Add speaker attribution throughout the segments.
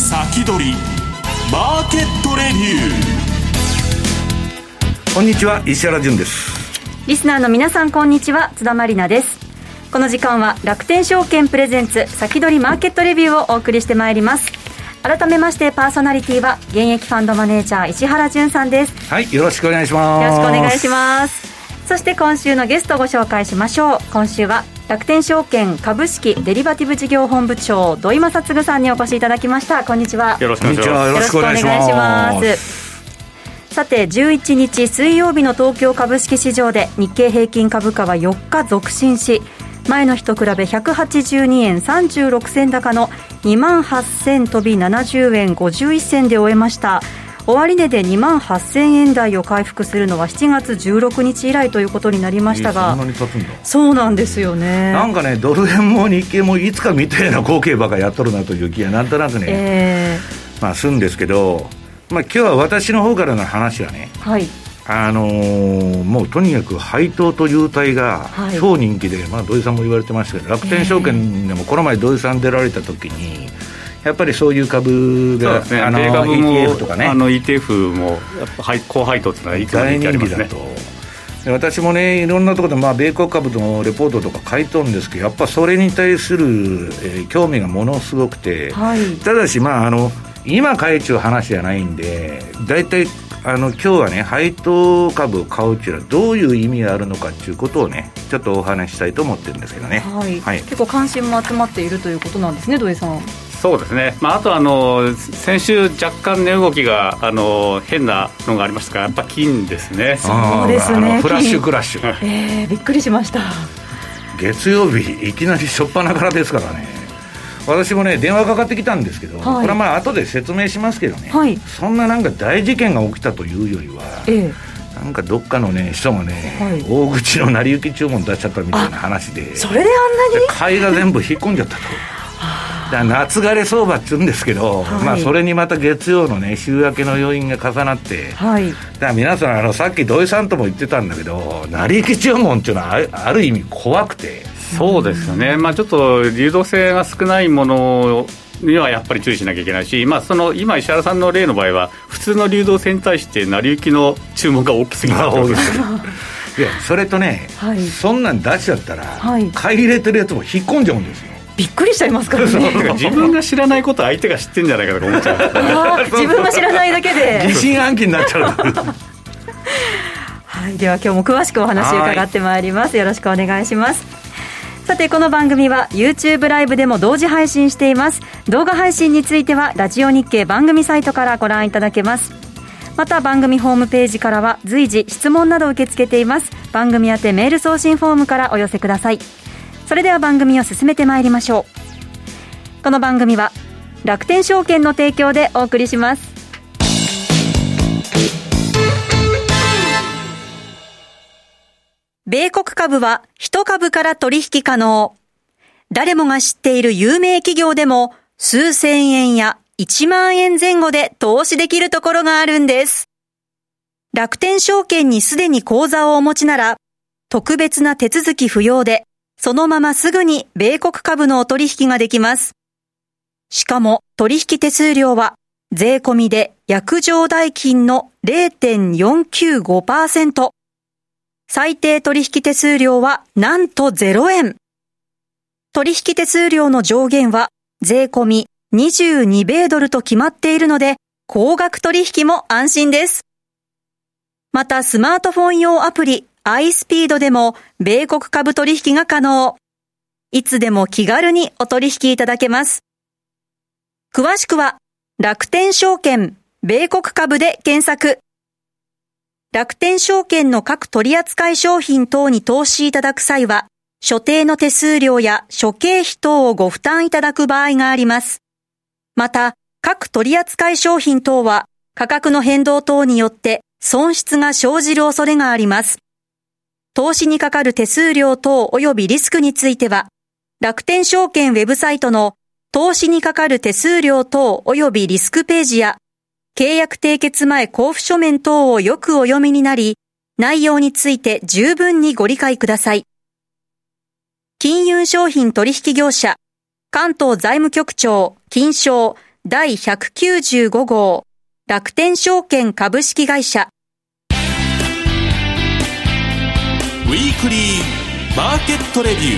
Speaker 1: 先取りマーケットレビュー。
Speaker 2: こんにちは、石原潤です。
Speaker 3: リスナーの皆さんこんにちは、津田まりなです。この時間は楽天証券プレゼンツ先取りマーケットレビューをお送りしてまいります。改めましてパーソナリティは現役ファンドマネージャー石原潤さんです。
Speaker 2: はい、よろしくお願いします。
Speaker 3: よろしくお願いします。そして今週のゲストをご紹介しましょう。今週は楽天証券株式デリバティブ事業本部長土井正嗣さんにお越しいただきました。こんにちは。
Speaker 4: よろしくお願いします。
Speaker 2: よろしくお願いします。
Speaker 3: さて11日水曜日の東京株式市場で日経平均株価は4日続伸し、前の日と比べ182円36銭高の 28,000 飛び70円51銭で終えました。終値で 28,000 円台を回復するのは7月16日以来ということになりましたが、
Speaker 2: そんなに経つんだ。
Speaker 3: そうなんですよね。
Speaker 2: なんかね、ドル円も日経もいつか見たような光景ばかやっとるなという気がなんとなくね、するんですけど、今日は私の方からの話はね、
Speaker 3: はい、
Speaker 2: もうとにかく配当と優待が超人気で、土井さんも言われてましたけど、楽天証券でもこの前土井さん出られた時にやっぱりそういう株が、
Speaker 4: そうですね、米株も
Speaker 2: ETF とかね、
Speaker 4: ETF もやっぱ高配当というのはいつも人気ありますね。
Speaker 2: 大人気だと。で私もね、いろんなところで米国株のレポートとか書いとるんですけど、やっぱそれに対する、興味がものすごくて、
Speaker 3: はい、
Speaker 2: ただし今買いちゅう話じゃないんで、だいたい今日はね、配当株を買うっていうのはどういう意味があるのかっていうことをね、ちょっとお話ししたいと思ってるんですけどね。
Speaker 3: はい
Speaker 2: はい、
Speaker 3: 結構関心も集まっているということなんですね、土井さん。
Speaker 4: そうですね、あと先週若干値動きが変なのがありましたから、やっぱ金ですね。
Speaker 3: そうですね、
Speaker 2: フラッシュクラッシュ、
Speaker 3: びっくりしました。
Speaker 2: 月曜日いきなり初っ端からですからね。私もね、電話かかってきたんですけど、これは後で説明しますけどね、はい、そんななんか大事件が起きたというよりは、なんかどっかのね人がね、はい、大口の成り行き注文出しちゃったみたいな話で、
Speaker 3: それであんなに
Speaker 2: 買いが全部引っ込んじゃったとだから夏枯れ相場って言うんですけど、はい、それにまた月曜のね週明けの要因が重なって、はい、だから皆さんさっき土井さんとも言ってたんだけど、成り行き注文っていうのはある意味怖くて。
Speaker 4: そうですよね、ちょっと流動性が少ないものにはやっぱり注意しなきゃいけないし、今石原さんの例の場合は普通の流動性に対して成り行きの注文が大きすぎたということです
Speaker 2: いやそれとね、はい、そんなん出しちゃったら、はい、買い入れてるやつも引っ込んじゃうんですよ。
Speaker 3: びっくりしちゃいますからね
Speaker 4: 自分が知らないこと相手が知ってんじゃないかと思っちゃう
Speaker 3: 自分が知らないだけで
Speaker 2: 疑心暗鬼になっちゃう
Speaker 3: はい、では今日も詳しくお話伺ってまいります。よろしくお願いします。さてこの番組は YouTube ライブでも同時配信しています。動画配信についてはラジオ日経番組サイトからご覧いただけます。また番組ホームページからは随時質問など受け付けています。番組宛てメール送信フォームからお寄せください。それでは番組を進めてまいりましょう。この番組は楽天証券の提供でお送りします。米国株は1株から取引可能。誰もが知っている有名企業でも数千円や1万円前後で投資できるところがあるんです。楽天証券にすでに口座をお持ちなら、特別な手続き不要で、そのまますぐに米国株のお取引ができます。しかも取引手数料は税込みで約定代金の 0.495%。最低取引手数料はなんと0円。取引手数料の上限は税込み22米ドルと決まっているので、高額取引も安心です。またスマートフォン用アプリiSpeedでも米国株取引が可能。いつでも気軽にお取引いただけます。詳しくは楽天証券米国株で検索。楽天証券の各取扱商品等に投資いただく際は、所定の手数料や諸経費等をご負担いただく場合があります。また、各取扱商品等は価格の変動等によって損失が生じる恐れがあります。投資にかかる手数料等及びリスクについては、楽天証券ウェブサイトの投資にかかる手数料等及びリスクページや、契約締結前交付書面等をよくお読みになり、内容について十分にご理解ください。金融商品取引業者、関東財務局長金商第195号楽天証券株式会社。
Speaker 1: ウィークリーマーケットレビュー。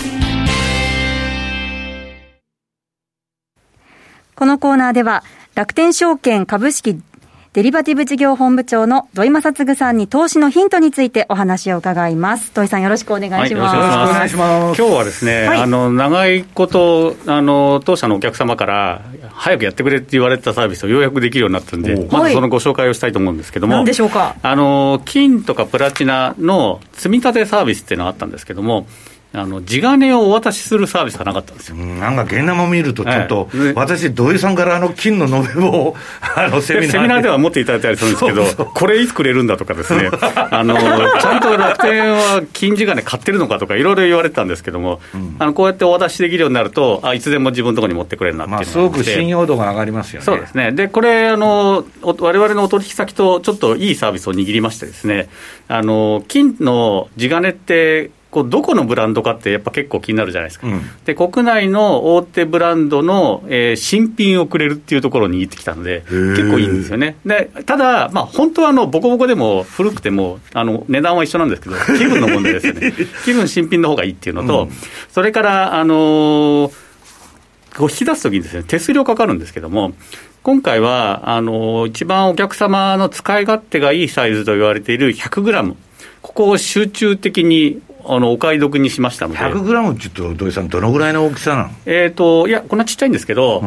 Speaker 3: このコーナーでは楽天証券株式デリバティブ事業本部長の土井正嗣さんに投資のヒントについてお話を伺います。土井さん、よろしくお願いします。
Speaker 2: よろしくお願いします。
Speaker 4: 今日はですね、長いこと当社のお客様から早くやってくれって言われてたサービスをようやくできるようになったんで、まずそのご紹介をしたいと思うんですけども、
Speaker 3: 何でしょうか。
Speaker 4: 金とかプラチナの積み立てサービスっていうのがあったんですけども、地金をお渡しするサービスがなかったんですよ。
Speaker 2: なんか現生を見るとちょっと、私土井さんから金の延べ棒をセミナー
Speaker 4: では持っていただいたりするんですけど、そうこれいつくれるんだとかですねちゃんと楽天は金地金買ってるのかとかいろいろ言われてたんですけども、こうやってお渡しできるようになるといつでも自分のところに持ってくれるなっていうのが
Speaker 2: すごく信用度が上がりますよね。
Speaker 4: そうですね。でこれ我々のお取引先とちょっといいサービスを握りましてですね、金の地金ってどこのブランドかってやっぱ結構気になるじゃないですか、で国内の大手ブランドの、新品をくれるっていうところに行ってきたので結構いいんですよね。でただ、本当はボコボコでも古くても値段は一緒なんですけど気分の問題ですよね気分新品の方がいいっていうのと、それから引き出すときにですね手数料かかるんですけども、今回は一番お客様の使い勝手がいいサイズと言われている 100g、 ここを集中的にお買い得にしましたので。
Speaker 2: 100g って言うと土井さんどのぐらいの大きさな
Speaker 4: の？いやこんなちっちゃいんですけど、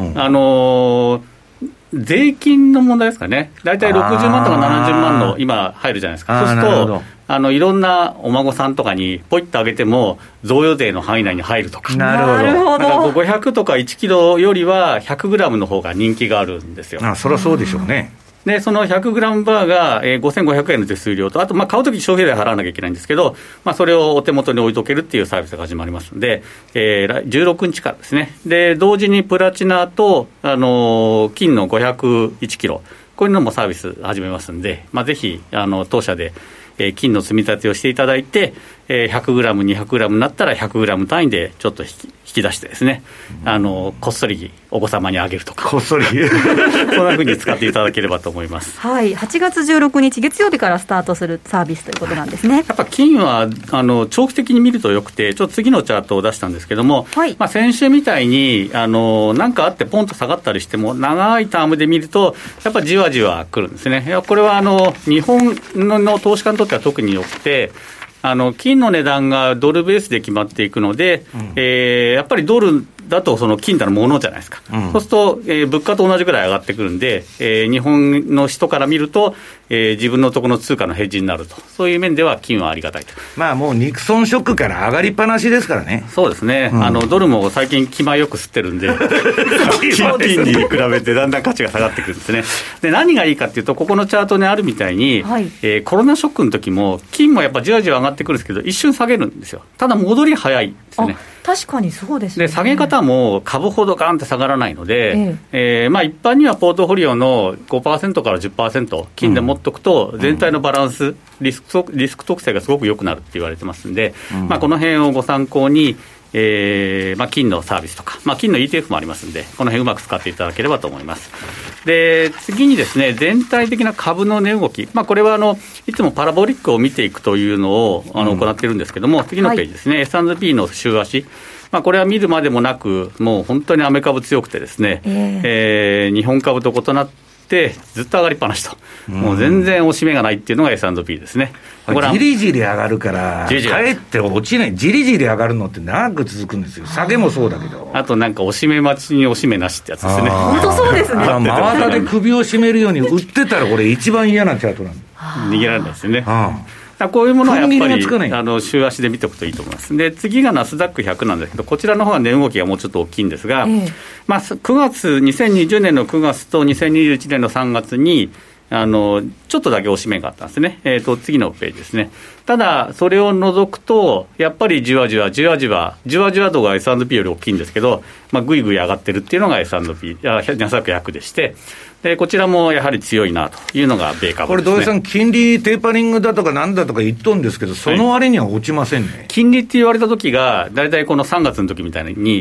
Speaker 4: 税金の問題ですかね。だいたい60万とか70万の今入るじゃないですか。そうするといろんなお孫さんとかにポイッと上げても贈与税の範囲内に入るとか。
Speaker 3: なるほど。
Speaker 4: 500とか1キロよりは 100g の方が人気があるんですよ。
Speaker 2: そりゃそうでしょうね。
Speaker 4: でその 100g バーが、5500円の手数料と、あと買うとき消費税払わなきゃいけないんですけど、それをお手元に置いとけるっていうサービスが始まりますので、16日からですね。で同時にプラチナと、金の501キロ、こういうのもサービス始めますんで、ぜひ当社で金の積み立てをしていただいて、100g、200g になったら 100g 単位でちょっと引き出してですね、こっそりお子様にあげるとか、
Speaker 2: こっそりそん
Speaker 4: な風に使っていただければと思います。
Speaker 3: はい、8月16日月曜日からスタートするサービスということなんですね。
Speaker 4: やっぱ金は長期的に見るとよくて、ちょっと次のチャートを出したんですけども、先週みたいになんかあってポンと下がったりしても長いタームで見るとやっぱじわじわ来るんですね。いやこれは日本の投資家にとっては特によくて、金の値段がドルベースで決まっていくので、やっぱりドルだとその金なるものじゃないですか、そうすると、物価と同じぐらい上がってくるんで、日本の人から見ると、自分のところの通貨のヘッジになると、そういう面では金はありがたいと。
Speaker 2: もうニクソンショックから上がりっぱなしですからね。
Speaker 4: そうですね、ドルも最近気前よく吸ってるんで金に比べてだんだん価値が下がってくるんですね。で何がいいかっていうと、ここのチャートにあるみたいに、コロナショックの時も金もやっぱじわじわ上がってくるんですけど一瞬下げるんですよ。ただ戻り早いですね。
Speaker 3: 確かにそうですね。
Speaker 4: で下げ方も株ほどガンって下がらないので、一般にはポートフォリオの 5% から 10% 金で持っておくと全体のバランス、リスク特性がすごく良くなるって言われてますんで、この辺をご参考に、金のサービスとか、金の ETF もありますんで、この辺うまく使っていただければと思います。で次にですね、全体的な株の値動き、これはいつもパラボリックを見ていくというのを行っているんですけども、次のページですね、S&P の週足、これは見るまでもなく、もう本当にアメ株強くてですね、日本株と異なってずっと上がりっぱなしと、もう全然押し目がないっていうのが S&P ですね。
Speaker 2: じりじり上がるからかえって落ちない。じりじり上がるのって長く続くんですよ。下げもそうだけど、
Speaker 4: あとなんか押し目待ちに押し目なしってやつですね。
Speaker 3: 本当そうですね。
Speaker 2: 真綿で首を絞めるように売ってたらこれ一番嫌なチャートなん
Speaker 4: で逃げられないですよね。こういうものはやっぱり週足で見ておくといいと思います。で次がナスダック100なんですけど、こちらの方は値動きがもうちょっと大きいんですが、2020年の9月と2021年の3月にちょっとだけ押し目があったんですね。次のページですね。ただそれを除くとやっぱりじわじわ度が S&P より大きいんですけど、ぐいぐい上がってるっていうのが S&P ナスダック100でして、でこちらもやはり強いなというのが米株ですね。
Speaker 2: これ土井さん、金利テーパリングだとかなんだとか言っとんですけど、その割には落ちませんね。
Speaker 4: 金利って言われた時がだいたいこの3月の時みたいに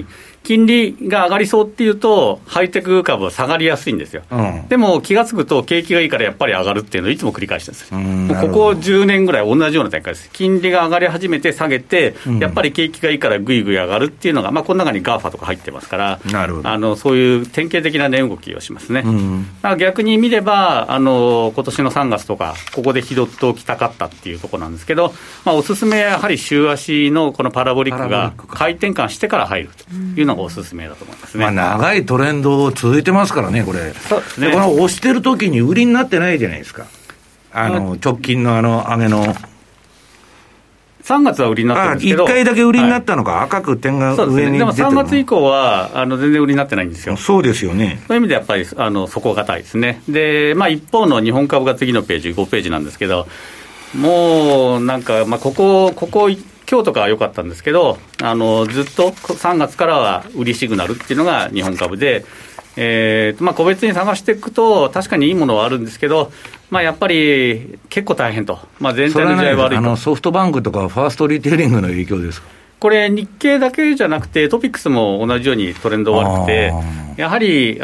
Speaker 4: 金利が上がりそうっていうとハイテク株は下がりやすいんですよ、でも気がつくと景気がいいからやっぱり上がるっていうのをいつも繰り返してるんですよ。もうここ10年ぐらい同じような展開です。金利が上がり始めて下げて、やっぱり景気がいいからぐいぐい上がるっていうのが、この中に GAFA とか入ってますから、そういう典型的な値動きをしますね。だから逆に見れば今年の3月とかここで拾っておきたかったっていうところなんですけど、おすすめはやはり週足のこのパラボリックが回転換してから入るというのがおすすめだと思いますね。
Speaker 2: 長いトレンド続いてますからね、これ。
Speaker 4: そうですね。
Speaker 2: この押してる時に売りになってないじゃないですか。直近の上げの。
Speaker 4: 3月は売りになってるんですけど、
Speaker 2: 1回だけ売りになったのか、赤く点が上に出てるの。
Speaker 4: でも3月以降は全然売りになってないんですよ。
Speaker 2: そうですよね。
Speaker 4: そういう意味でやっぱり底堅いですね。で、一方の日本株が次のページ5ページなんですけど、もうなんか、ここ今日とかは良かったんですけど、ずっと3月からは売りシグナルっていうのが日本株で、個別に探していくと確かにいいものはあるんですけど、やっぱり結構大変と、全体の時代悪いと。
Speaker 2: ソフトバンクとかファーストリテイリングの影響ですか。
Speaker 4: これ日経だけじゃなくてトピックスも同じようにトレンド悪くて、やはり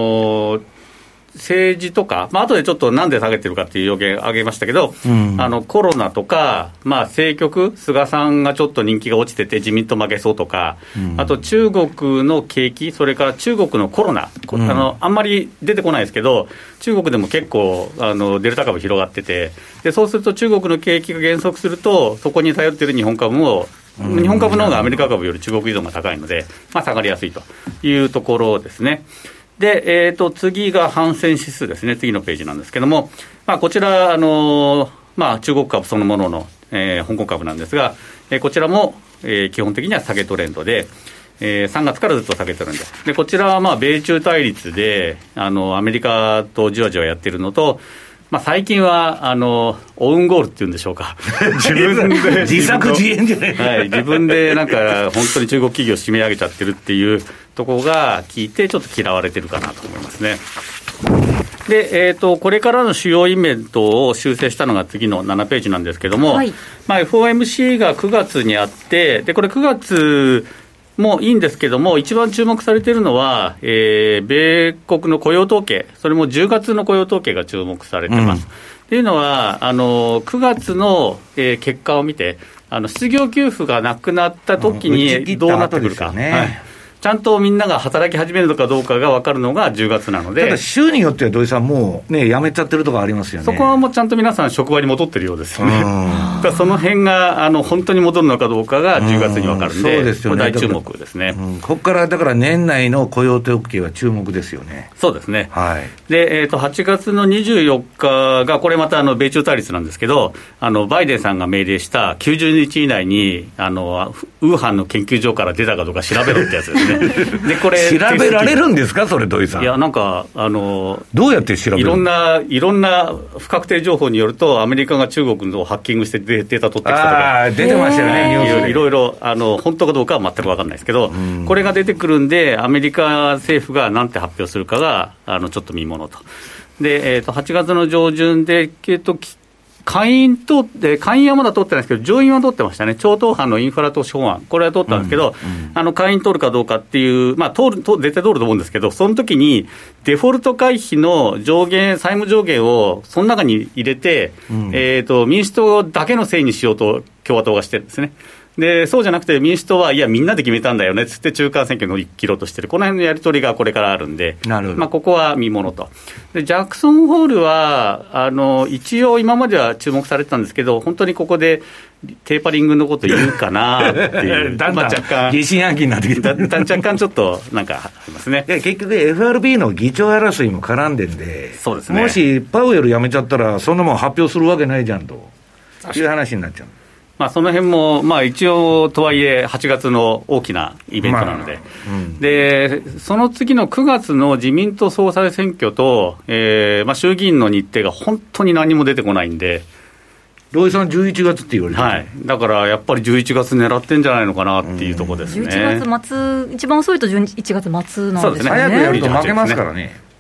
Speaker 4: 政治とか、後でちょっとなんで下げてるかっていう要件挙げましたけど、コロナとか、政局、菅さんがちょっと人気が落ちてて自民党負けそうとか、あと中国の景気、それから中国のコロナ、あんまり出てこないですけど、中国でも結構デルタ株広がってて、でそうすると中国の景気が減速すると、そこに頼っている日本株も、日本株の方がアメリカ株より中国依存が高いので、下がりやすいというところですね。で、次がハンセン指数ですね。次のページなんですけども、こちら中国株そのものの、香港株なんですが、こちらも、基本的には下げトレンドで、3月からずっと下げてるんです。でこちらは米中対立でアメリカとじわじわやってるのと、最近はオウンゴールっていうんでしょうか自分で
Speaker 2: 自作自演じゃない、
Speaker 4: はい、自分でなんか本当に中国企業を締め上げちゃってるっていうところが効いてちょっと嫌われてるかなと思いますね。で、これからの主要イベントを修正したのが次の7ページなんですけども、はい、FOMC が9月にあって、でこれ9月もいいんですけども、一番注目されているのは、米国の雇用統計、それも10月の雇用統計が注目されてます。というのは9月の、結果を見て、失業給付がなくなった時にどうなってくるか、ちゃんとみんなが働き始めるのかどうかが分かるのが10月なので、
Speaker 2: ただ週によっては土井さんもうね辞めちゃってるところありますよね。
Speaker 4: そこはもうちゃんと皆さん職場に戻ってるようですよね。だその辺が本当に戻るのかどうかが10月に分かるんで、
Speaker 2: そうですよね、
Speaker 4: 大注目ですね。
Speaker 2: ここからだから年内の雇用統計は注目ですよね。
Speaker 4: そうですね、
Speaker 2: はい。
Speaker 4: で、8月の24日がこれまた米中対立なんですけど、バイデンさんが命令した90日以内にウーハンの研究所から出たかどうか調べろってやつですねでこれ
Speaker 2: 調べられるんですか、それ土井さん。
Speaker 4: いやなんか
Speaker 2: どうやって調べる
Speaker 4: の？いろんな不確定情報によると、アメリカが中国のハッキングしてデータ取ってきたとか
Speaker 2: 出てましたよね、ニュースで
Speaker 4: いろいろ本当かどうかは全く分かんないですけど、これが出てくるんで、アメリカ政府が何て発表するかがちょっと見ものと。で、8月の上旬で下院はまだ通ってないですけど、上院は通ってましたね。超党派のインフラ投資法案、これは通ったんですけど、下院通るかどうかっていう、絶対通ると思うんですけど、その時にデフォルト回避の上限、債務上限をその中に入れて、民主党だけのせいにしようと共和党がしてるんですね。でそうじゃなくて民主党はいやみんなで決めたんだよねっつって中間選挙乗り切ろうとしてる、この辺のやり取りがこれからあるんで、ここは見ものと。でジャクソンホールは一応今までは注目されてたんですけど、本当にここでテーパリングのこと言うかなっていう
Speaker 2: だんだん若干疑心暗鬼になってきた
Speaker 4: 若干ちょっとなんかありますね。
Speaker 2: で結局 FRB の議長争いも絡んでんで、
Speaker 4: そうですね、
Speaker 2: もしパウエル辞めちゃったらそんなもん発表するわけないじゃんという話になっちゃう。
Speaker 4: その辺も一応とはいえ8月の大きなイベントなので、でその次の9月の自民党総裁選挙と、衆議院の日程が本当に何も出てこないんで、
Speaker 2: 土井さん11月って言われてる、
Speaker 4: はい、だからやっぱり11月狙ってんじゃないのかなっていうところですね。
Speaker 5: 11月末、一番遅いと11月末なんですね。
Speaker 2: 早くやると負けますからね。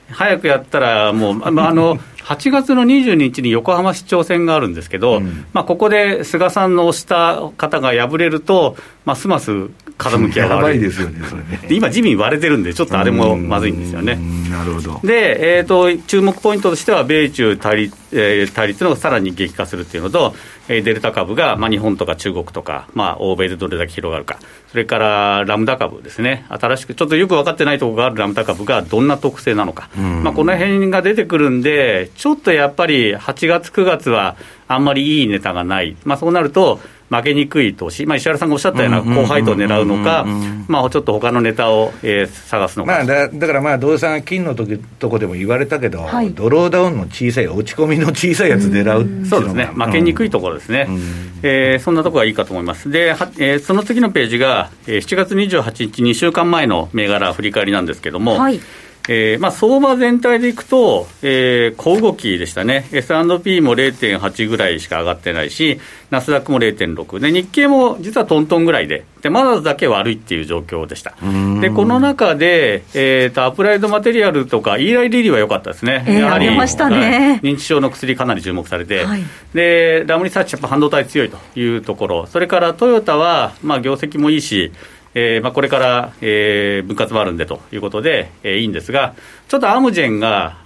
Speaker 4: 早くやったらもう8月の22日に横浜市長選があるんですけど、ここで菅さんの推した方が敗れると、ますます風向きが悪い。
Speaker 2: やばいですよね、それね。
Speaker 4: で今自民割れてるんで、ちょっとあれもまずいんですよね。
Speaker 2: なるほど。
Speaker 4: で、注目ポイントとしては、米中対立のさらに激化するっていうのと、デルタ株が、日本とか中国とか、欧米でどれだけ広がるか、それからラムダ株ですね、新しくちょっとよく分かってないところがあるラムダ株がどんな特性なのか、この辺が出てくるんで、ちょっとやっぱり8月、9月はあんまりいいネタがない、そうなると、負けにくい投資、石原さんがおっしゃったような高配当を狙うのか、ちょっと他のネタを、探すのか、
Speaker 2: だから土井さん、金のとこでも言われたけど、ドローダウンの小さい、落ち込みの小さいやつ狙うっていうのが、
Speaker 4: そうですね、負けにくいところですね、そんなところがいいかと思います。で、その次のページが、7月28日、2週間前の銘柄振り返りなんですけども、相場全体でいくと、小動きでしたね。 S&P も 0.8 ぐらいしか上がってないし、ナスダックも 0.6 で、日経も実はトントンぐらいで、マザーズだけ悪いっていう状況でした。でこの中で、アプライドマテリアルとかイーライリリーは良かったですね。やはり、認知症の薬かなり注目されて、でラムリサーチやっぱ半導体強いというところ、それからトヨタは、業績もいいし、これから、分割もあるんでということで、いいんですが、ちょっとアムジェンが、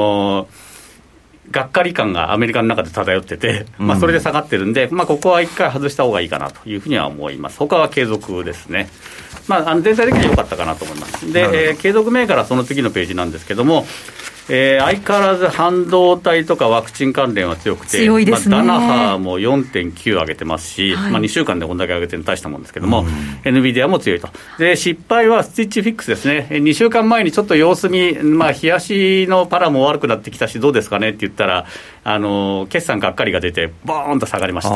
Speaker 4: がっかり感がアメリカの中で漂ってて、それで下がってるんで、ここは一回外した方がいいかなというふうには思います。他は継続ですね。全体的には良かったかなと思います。で、継続銘柄その次のページなんですけども、相変わらず半導体とかワクチン関連は強くて、
Speaker 3: 強いですね。
Speaker 4: ダナハも 4.9 上げてますし、2週間でこんだけ上げてるの大したもんですけども、NVIDIA も強いと。で、失敗はスティッチフィックスですね。2週間前にちょっと様子見、冷やしのパラも悪くなってきたし、どうですかねって言ったら、決算がっかりが出てボーンと下がりまして、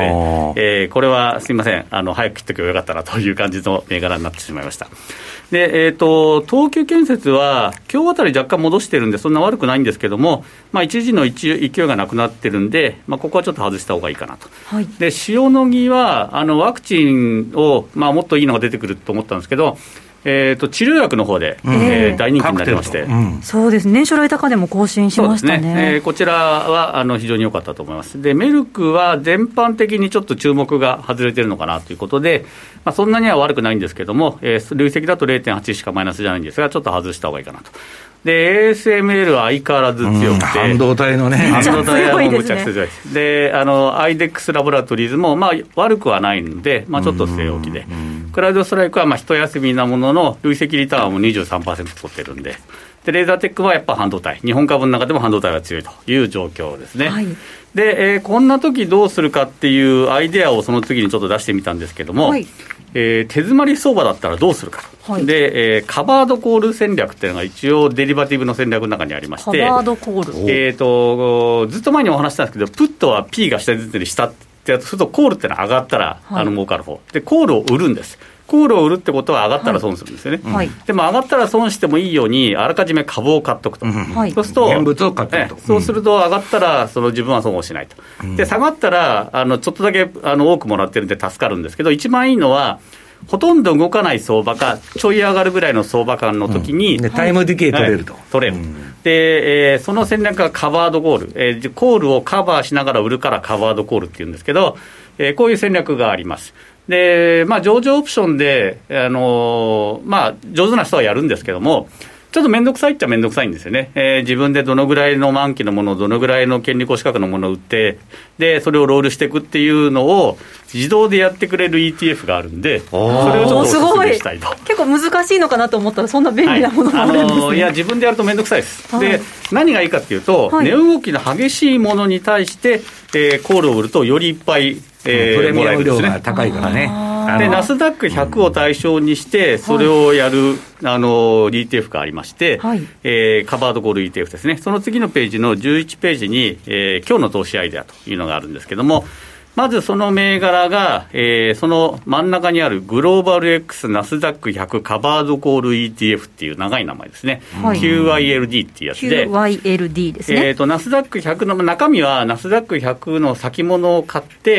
Speaker 4: これはすいません、早く切っておけばよかったなという感じの銘柄になってしまいました。で、東急建設は今日あたり若干戻してるんでそんな悪くないんですけども、一時の勢いがなくなってるんで、ここはちょっと外した方がいいかなと。で、塩野義はワクチンを、もっといいのが出てくると思ったんですけど、治療薬の方で、大人気になりまして、
Speaker 3: そうですね、年初来高でも更新しましたね。
Speaker 4: そうですね、こちらは非常に良かったと思います。で、メルクは全般的にちょっと注目が外れてるのかなということで、そんなには悪くないんですけども、累積だと 0.8 しかマイナスじゃないんですが、ちょっと外した方がいいかなと。で ASML は相変わらず強くて、
Speaker 2: 半導体のね、
Speaker 4: 半導体はもうむちゃくちゃ強いです。で、アイデックスラボラトリーズも悪くはないので、ちょっと据え置きで、クラウドストライクは一休みなものの累積リターンも 23% 取ってるんで、レーザーテックはやっぱ半導体、日本株の中でも半導体が強いという状況ですね。で、こんな時どうするかっていうアイデアをその次にちょっと出してみたんですけども、手詰まり相場だったらどうするかと、で、カバードコール戦略っていうのが一応デリバティブの戦略の中にありまして、
Speaker 3: カバードコー
Speaker 4: ル、ずっと前にお話したんですけど、プットは P が下に出てる下ってやつすると、コールってのは上がったら、儲かる方で、コールを売るんです。コールを売るってことは上がったら損するんですよね。でも上がったら損してもいいようにあらかじめ株を買っとくと、そうすると
Speaker 2: 現物を買っとくと、
Speaker 4: そうすると上がったら自分は損をしないと、で下がったらちょっとだけ多くもらってるんで助かるんですけど、一番いいのはほとんど動かない相場かちょい上がるぐらいの相場感の時に、
Speaker 2: でタイムディケイ取れると、
Speaker 4: 取れる、で、その戦略がカバードコール、コールをカバーしながら売るからカバードコールっていうんですけど、こういう戦略があります。で、上場オプションで、上手な人はやるんですけども、ちょっと面倒くさいっちゃ面倒くさいんですよね。自分でどのぐらいの満期のものを、どのぐらいの権利公資格のものを売って、で、それをロールしていくっていうのを自動でやってくれる ETF があるんで、それをちょっとお勧めしたいと。
Speaker 3: 結構難しいのかなと思ったら、そんな便利なものもあるんですね。
Speaker 4: いや、自分でやると面倒くさいです。で、何がいいかっていうと、値動きの激しいものに対して、コールを売るとよりいっぱい、
Speaker 2: プレミアム量が高いからね。
Speaker 4: でナスダック100を対象にしてそれをやる、ETF がありまして、カバードコール ETF ですね。その次のページの11ページに、今日の投資アイデアというのがあるんですけども、まずその銘柄が、その真ん中にあるグローバル X ナスダック100カバードコール ETF っていう長い名前ですね、QYLD っていうやつで QYLD
Speaker 3: ですね。
Speaker 4: ナスダック100の中身はナスダック100の先物を買って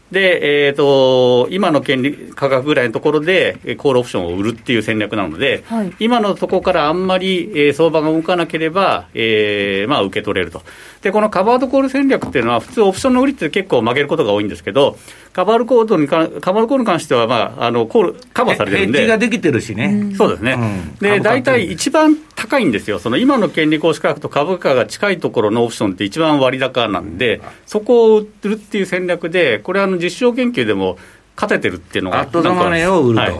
Speaker 4: で、今の権利価格ぐらいのところでコールオプションを売るっていう戦略なので、はい、今のところからあんまり、相場が動かなければ、まあ、受け取れると。で、このカバードコール戦略っていうのは普通オプションの売りって結構曲げることが多いんですけど、カバードコールに関しては、まあ、コールカバーされてるんで、
Speaker 2: ヘッジができてるしね。
Speaker 4: そうですね、で大体一番高いんですよ。その今の権利行使価格と株価が近いところのオプションって一番割高なんで、そこを売ってるっていう戦略で、これ実証研究でも勝ててるっていうのが
Speaker 2: アットザマネーを売ると、はい、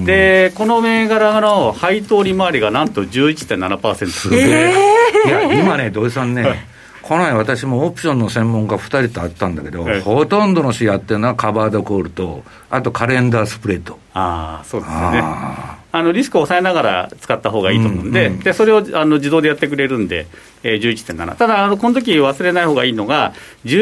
Speaker 4: でこの銘柄の配当利回りがなんと 11.7%、
Speaker 2: すげえ、いや今ね土井さんね、はい、この前私もオプションの専門家2人と会ったんだけど、ほとんどの市やってるのはカバードコールと、あとカレンダースプレッド。
Speaker 4: そうですよね。リスクを抑えながら使った方がいいと思うんで、でそれを自動でやってくれるんで、11.7。ただこの時忘れない方がいいのが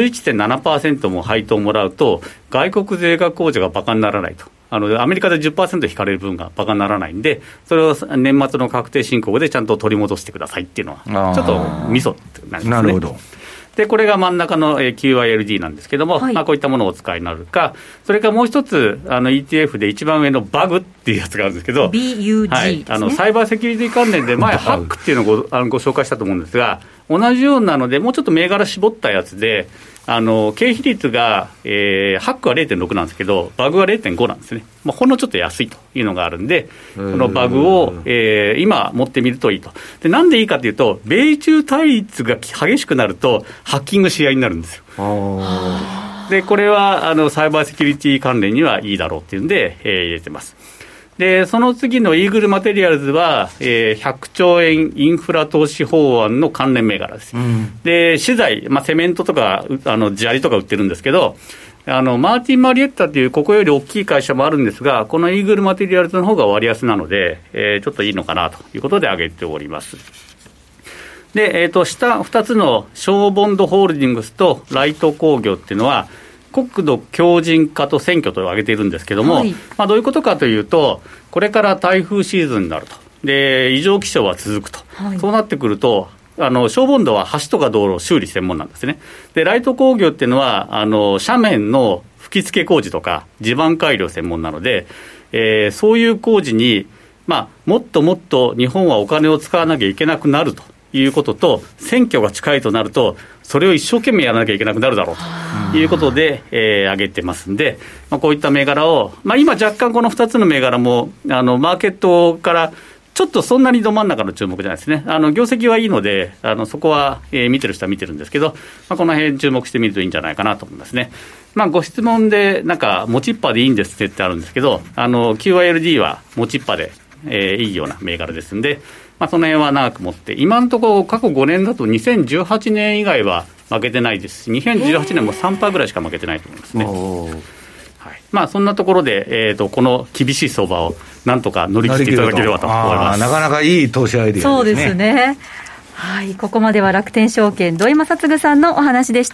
Speaker 4: 11.7% も配当もらうと外国税額控除がバカにならないと。アメリカで 10% 引かれる分がバカにならないんで、それを年末の確定申告でちゃんと取り戻してくださいっていうのはちょっとミソってなりますね。なるほど。でこれが真ん中の QILD なんですけども、はい、まあ、こういったものをお使いになるか、それからもう一つETF で一番上のバグっていうやつがあるんですけど、
Speaker 3: BUG ですね、
Speaker 4: サイバーセキュリティ関連で前ハックっていうのをご紹介したと思うんですが、同じようなのでもうちょっと銘柄絞ったやつで、経費率が、ハックは 0.6 なんですけどバグは 0.5 なんですね。まあ、ほんのちょっと安いというのがあるんで、このバグを、今持ってみるといいと。でなんでいいかというと、米中対立が激しくなるとハッキングし合いになるんですよ。でこれはサイバーセキュリティ関連にはいいだろうっていうんで、入れてます。でその次のイーグルマテリアルズは、100兆円インフラ投資法案の関連銘柄です。で資材、まあ、セメントとか砂利とか売ってるんですけど、マーティン・マリエッタというここより大きい会社もあるんですが、このイーグルマテリアルズの方が割安なので、ちょっといいのかなということで挙げております。で、下2つのショーボンドホールディングスとライト工業っていうのは国土強靭化と選挙と挙げているんですけども、はい、まあ、どういうことかというと、これから台風シーズンになると。で異常気象は続くと、はい、そうなってくると消防ドは橋とか道路修理専門なんですね。でライト工業っていうのは斜面の吹き付け工事とか地盤改良専門なので、そういう工事に、まあ、もっともっと日本はお金を使わなきゃいけなくなるということと、選挙が近いとなるとそれを一生懸命やらなきゃいけなくなるだろうということで、上げてますんで、まあ、こういった銘柄を、まあ、今若干この2つの銘柄もマーケットからちょっとそんなにど真ん中の注目じゃないですね。業績はいいのでそこは、見てる人は見てるんですけど、まあ、この辺注目してみるといいんじゃないかなと思いますね。まあ、ご質問でなんか持ちっぱでいいんですってあるんですけど、QILD は持ちっぱで、いいような銘柄ですんで、まあ、その辺は長く持って、今のところ過去5年だと2018年以外は負けてないですし、2018年も 3% ぐらいしか負けてないと思いますね。はい、まあ、そんなところで、この厳しい相場をなんとか乗り切っていただければと思います。
Speaker 2: なかなかいい投資アイデアですね。
Speaker 3: そうですね。はい、ここまでは楽天証券土井正嗣さんのお話でした。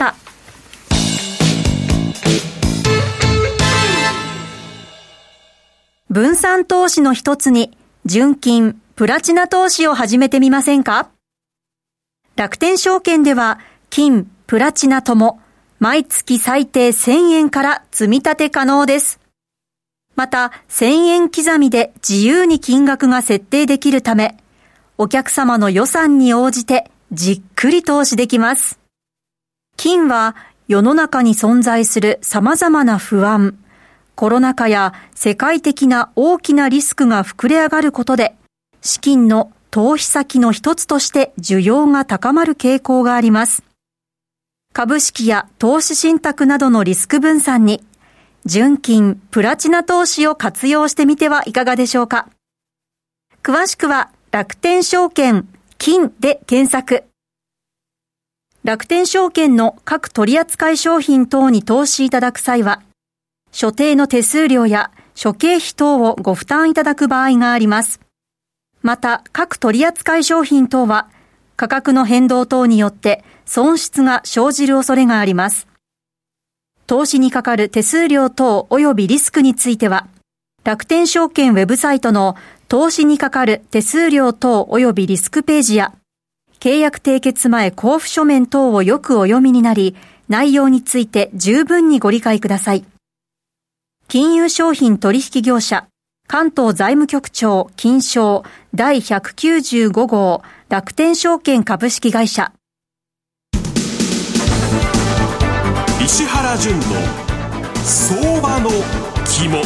Speaker 3: 分散投資の一つに純金プラチナ投資を始めてみませんか？楽天証券では金、プラチナとも毎月最低1000円から積み立て可能です。また1000円刻みで自由に金額が設定できるため、お客様の予算に応じてじっくり投資できます。金は世の中に存在する様々な不安、コロナ禍や世界的な大きなリスクが膨れ上がることで、資金の投資先の一つとして需要が高まる傾向があります。株式や投資信託などのリスク分散に、純金プラチナ投資を活用してみてはいかがでしょうか。詳しくは楽天証券金で検索。楽天証券の各取扱商品等に投資いただく際は、所定の手数料や諸経費等をご負担いただく場合があります。また、各取扱商品等は価格の変動等によって損失が生じる恐れがあります。投資にかかる手数料等及びリスクについては、楽天証券ウェブサイトの投資にかかる手数料等及びリスクページや、契約締結前交付書面等をよくお読みになり、 内容について十分にご理解ください。金融商品取引業者関東財務局長金商第195号楽天証券株式会社。
Speaker 1: 石原淳の相場の肝。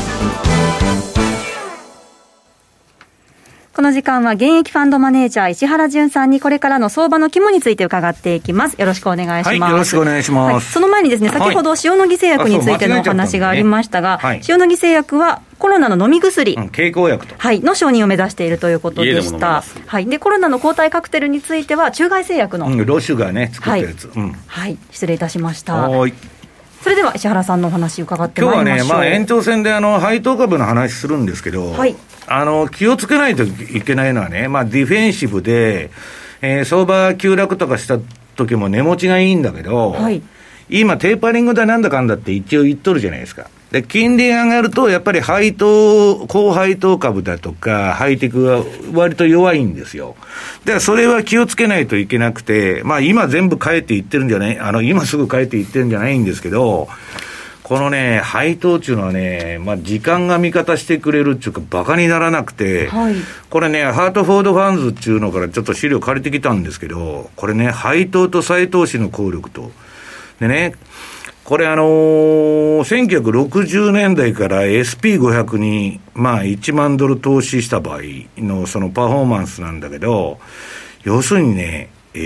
Speaker 3: この時間は現役ファンドマネージャー石原淳さんにこれからの相場の肝について伺っていきます。よろしくお願いします。
Speaker 2: はい、よろしくお願いします。はい、
Speaker 3: その前にですね、先ほど塩野義製薬についてのお話がありましたが、塩野義製薬はコロナの飲み薬、
Speaker 2: 経口薬と、
Speaker 3: はい、の承認を目指しているということでした。はい、でコロナの抗体カクテルについては中外製薬の、
Speaker 2: ロシュがね作ってるやつ、
Speaker 3: はい、失礼いたしました。はい。それでは石原さんのお話伺ってまいりましょう。
Speaker 2: 今日はね、延長戦で配当株の話するんですけど、はい、気をつけないといけないのはね、ディフェンシブで、相場急落とかした時も値持ちがいいんだけど、はい、今テーパリングだなんだかんだって一応言っとるじゃないですか。で、金利が上がるとやっぱり高配当株だとかハイテクが割と弱いんですよ。だからそれは気をつけないといけなくて、今全部変えていってるんじゃない、今すぐ変えていってるんじゃないんですけど、このね、配当っていうのはね、時間が味方してくれるっていうか、バカにならなくて、はい、これね、ハートフォードファンズっていうのからちょっと資料借りてきたんですけど、これね、配当と再投資の効力と。でね、これ1960年代から SP500 に、1万ドル投資した場合のそのパフォーマンスなんだけど、要するにね、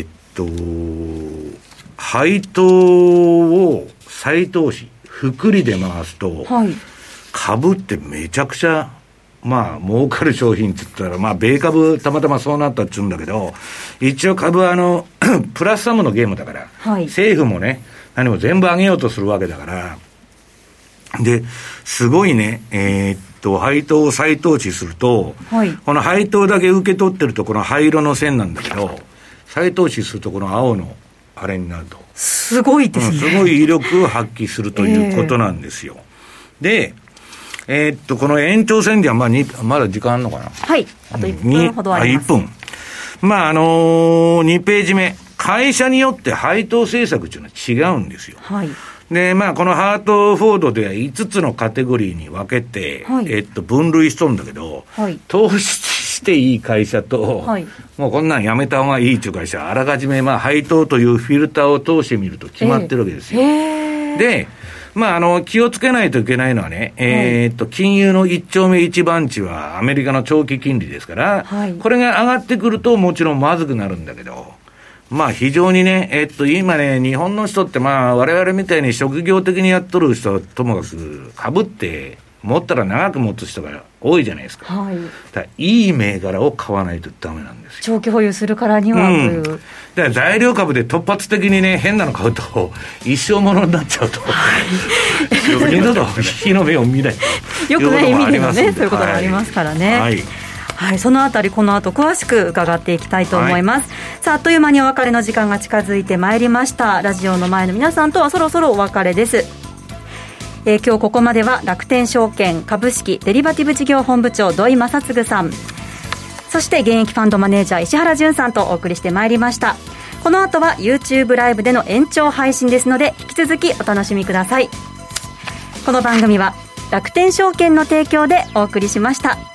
Speaker 2: 配当を再投資、複利で回すと、はい、株ってめちゃくちゃ儲かる商品って言ったら、米株たまたまそうなったって言うんだけど、一応株はプラスサムのゲームだから、はい、政府もね、何も全部上げようとするわけだから、で、すごいね、配当を再投資すると、はい、この配当だけ受け取ってるとこの灰色の線なんだけど、再投資するとこの青のあれになると。
Speaker 3: すごいですね。
Speaker 2: すごい威力を発揮するということなんですよ。で、この延長戦ではまだ時間あるのかな。
Speaker 3: はい。あと1分ほどあります。
Speaker 2: 1分。2ページ目。会社によって配当政策というのは違うんですよ。はい。で、このハートフォードでは5つのカテゴリーに分けて、はい、分類しとるんだけど、はい、投資していい会社と、はい、もうこんなんやめた方がいいという会社はあらかじめ配当というフィルターを通してみると決まってるわけですよ。で、気をつけないといけないのはね、金融の一丁目一番地はアメリカの長期金利ですから、はい、これが上がってくるともちろんまずくなるんだけど、非常にね、今ね、日本の人って我々みたいに職業的にやっとる人はともかく被って持ったら長く持つ人が多いじゃないですか。はい。いい銘柄を買わないとダメなんですよ。
Speaker 3: 長期保有するからにはという。
Speaker 2: だから材料株で突発的にね、変なの買うと一生ものになっちゃうと、二度と日の目を見ないと
Speaker 3: よくない意味でもね、そういうことがありますからね。はい。はい、そのあたりこの後詳しく伺っていきたいと思います、はい、さああっという間にお別れの時間が近づいてまいりました。ラジオの前の皆さんとはそろそろお別れです。今日ここまでは楽天証券株式デリバティブ事業本部長土井正嗣さん、そして現役ファンドマネージャー石原淳さんとお送りしてまいりました。この後は YouTube ライブでの延長配信ですので引き続きお楽しみください。この番組は楽天証券の提供でお送りしました。